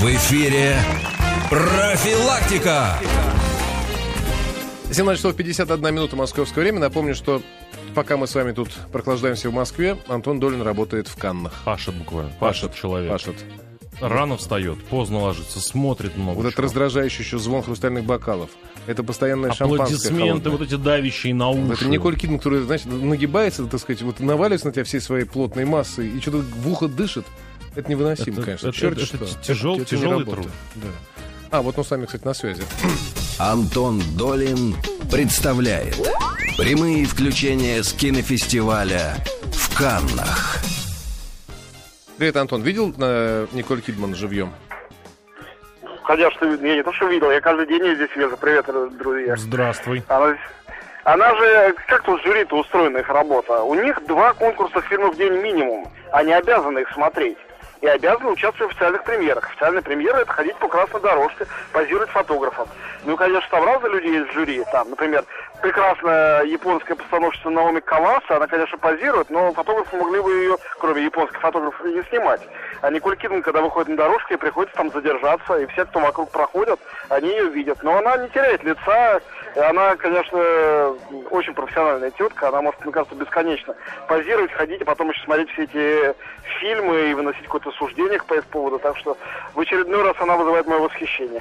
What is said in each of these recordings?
В эфире «Профилактика». 17 часов 51 минута московское время. Напомню, что пока мы с вами тут прохлаждаемся в Москве, Антон Долин работает в Каннах. Пашет буквально. Пашет человек. Пашет. Рано встает, поздно ложится, смотрит много. Вот чего. это раздражающий еще звон хрустальных бокалов. Это постоянное шампанское аплодисменты, холодное. вот эти давящие на уши. Это Николь Кидман, которая, знаете, нагибается, так сказать, вот наваливается на тебя всей своей плотной массой и что-то в ухо дышит. Это невыносимо, конечно. Черт что. Тяжелый труд. Да. А, вот он с нами, кстати, на связи. Антон Долин представляет прямые включения с кинофестиваля в Каннах. Привет, Антон. Видел Николь Кидман живьем? Конечно, я не то, что видел, я каждый день ее здесь вижу. Привет, друзья. Здравствуй. Она же, как тут жюри-то устроена их работа? У них 2 конкурса фильмов в день минимум. Они обязаны их смотреть. И обязаны участвовать в официальных премьерах. Официальная премьера — это ходить по красной дорожке, позировать фотографам. Ну, конечно, там разные люди есть в жюри. Там, например, прекрасная японская постановщица Наоми Каваса, она, конечно, позирует, но фотографы могли бы ее, кроме японских фотографов, и не снимать. А Николь Кидман, когда выходит на дорожку, ей приходится там задержаться, и все, кто вокруг проходят, они ее видят. Но она не теряет лица, и она, конечно, очень профессиональная тетка, она может, мне кажется, бесконечно позировать, ходить, а потом еще смотреть все эти фильмы и выносить какое-то суждение по этому поводу. Так что в очередной раз она вызывает мое восхищение.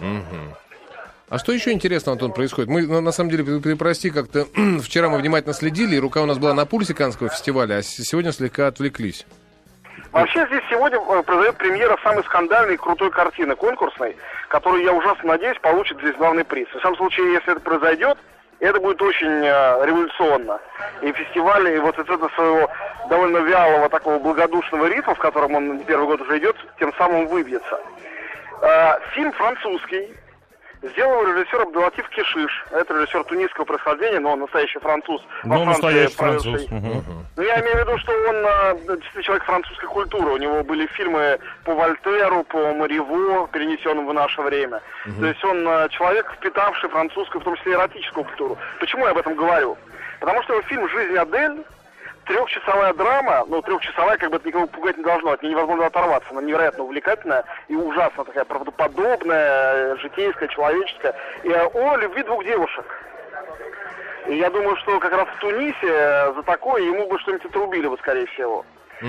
А что еще интересно, Антон, происходит? Мы, на самом деле, ты прости, как-то вчера мы внимательно следили, и рука у нас была на пульсе Каннского фестиваля, а сегодня слегка отвлеклись. Вообще здесь сегодня произойдет премьера самой скандальной и крутой картины конкурсной, которую, я ужасно надеюсь, получит здесь главный приз. В самом случае, если это произойдет, это будет очень революционно. И фестиваль, и вот это своего довольно вялого такого благодушного ритма, в котором он не первый год уже идет, тем самым выбьется. Фильм французский. Сделал режиссер Абдулатиф Кишиш. Это режиссер тунисского происхождения, но он настоящий француз. Ну, настоящий француз. Ну, я имею в виду, что он действительно человек французской культуры. У него были фильмы по Вольтеру, по Мариво, перенесенным в наше время. То есть он человек, впитавший французскую, в том числе эротическую культуру. Почему я об этом говорю? Потому что фильм «Жизнь Адель», 3-часовая драма, ну, 3-часовая, как бы это никого пугать не должно, от нее невозможно оторваться, она невероятно увлекательная и ужасно такая правдоподобная, житейская, человеческая, и о любви 2 девушек. И я думаю, что как раз в Тунисе за такое ему бы что-нибудь отрубили бы, скорее всего.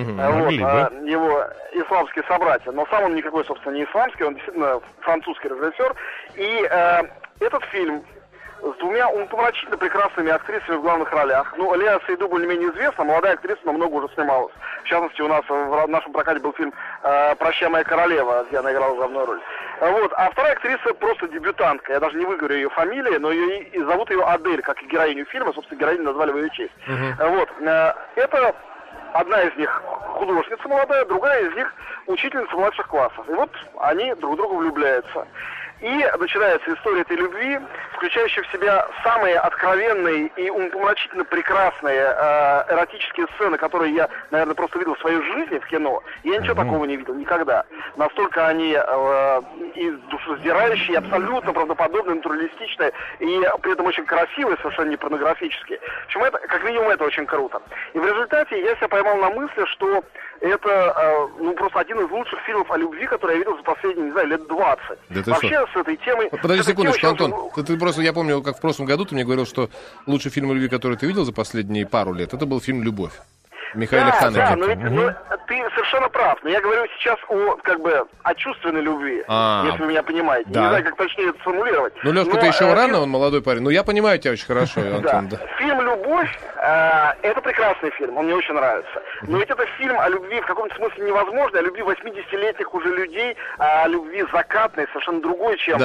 Его исламские собратья. Но сам он никакой, собственно, не исламский, он действительно французский режиссер. И этот фильм с 2 умопомрачительно прекрасными актрисами в главных ролях. Ну, Леа Сейду более-менее известна, молодая актриса, но много уже снималась. В частности, у нас в нашем прокате был фильм «Прощай, моя королева», где она играла главную роль. Вот. А вторая актриса просто дебютантка. Я даже не выговорю ее фамилию, но зовут ее Адель, как и героиню фильма. Собственно, героиню назвали в ее честь. Вот. Это одна из них художница молодая, другая из них учительница младших классов. И вот они друг в друга влюбляются. И начинается история этой любви, включающая в себя самые откровенные и умопомрачительно прекрасные эротические сцены, которые я, наверное, просто видел в своей жизни в кино. Я ничего такого не видел никогда. Настолько они и душераздирающие, и абсолютно правдоподобные, натуралистичные, и при этом очень красивые, совершенно не порнографические. В общем, это, как минимум, это очень круто. И в результате я себя поймал на мысли, что это просто один из лучших фильмов о любви, который я видел за последние, не знаю, лет 20. Да ты вообще что? с этой темой... Подожди секундочку, Антон. Ты просто, я помню, как в прошлом году ты мне говорил, что лучший фильм о любви, который ты видел за последние пару лет, это был фильм «Любовь». Михаила Ханеке. Да, но ты совершенно прав. Но я говорю сейчас о чувственной любви, если вы меня понимаете. Да. Не знаю, как точнее это сформулировать. Ну, Лёшка-то еще рано, он молодой парень. Ну, я понимаю тебя очень хорошо, Антон. Да. Фильм «Любовь» это прекрасный фильм, он мне очень нравится. Но ведь это фильм о любви в каком-то смысле невозможной, о любви 80-летних уже людей, о любви закатной, совершенно другой, чем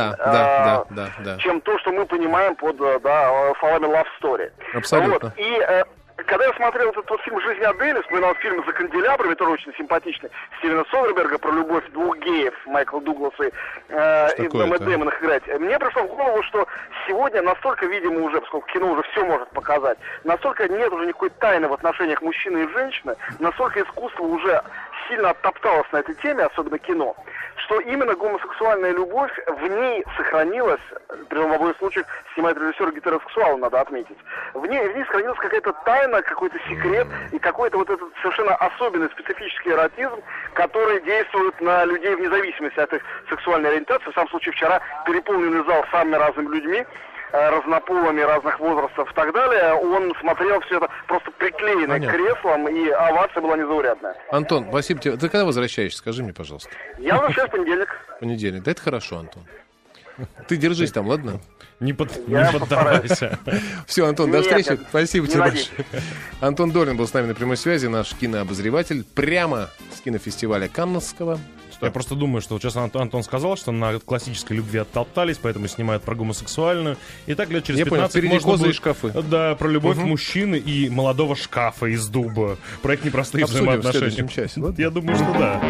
чем то, что мы понимаем под словами «love story». Абсолютно. Вот. И когда я смотрел этот фильм «Жизнь Адели», вспоминал фильм «За канделябрами», тоже очень симпатичный, Стивена Содерберга, про любовь 2 геев, Майкл Дуглас и Мэтт Дэймон их играть. Мне пришло в голову, что сегодня настолько, видимо, уже, поскольку кино уже все может показать, настолько нет уже никакой тайны в отношениях мужчины и женщины, настолько искусство уже сильно оттопталось на этой теме, особенно кино, что именно гомосексуальная любовь в ней сохранилась, причем в обоих случаях снимает режиссер гетеросексуал, надо отметить. В ней сохранилась какая-то тайна, какой-то секрет и какой-то вот этот совершенно особенный специфический эротизм, который действует на людей вне зависимости от их сексуальной ориентации. В самом случае вчера переполненный зал самыми разными людьми, разнополыми, разных возрастов и так далее, он смотрел все это просто приклеенное к креслам, и овация была незаурядная. Антон, спасибо тебе. Ты когда возвращаешься? Скажи мне, пожалуйста. Я возвращаюсь в понедельник. Понедельник. Да это хорошо, Антон. Ты держись там, ладно? Не поддавайся. Все, Антон, до встречи. Нет, Спасибо тебе большое. Антон Долин был с нами на прямой связи, наш кинообозреватель, прямо с кинофестиваля Каннского. Я просто думаю, что вот сейчас Антон сказал, что на классической любви оттоптались, поэтому снимают про гомосексуальную. И так лет через 15 можно козы будет, и шкафы. Да, про любовь мужчины и молодого шкафа из дуба. Про их непростые взаимоотношения. В следующем часе. Я думаю, что да.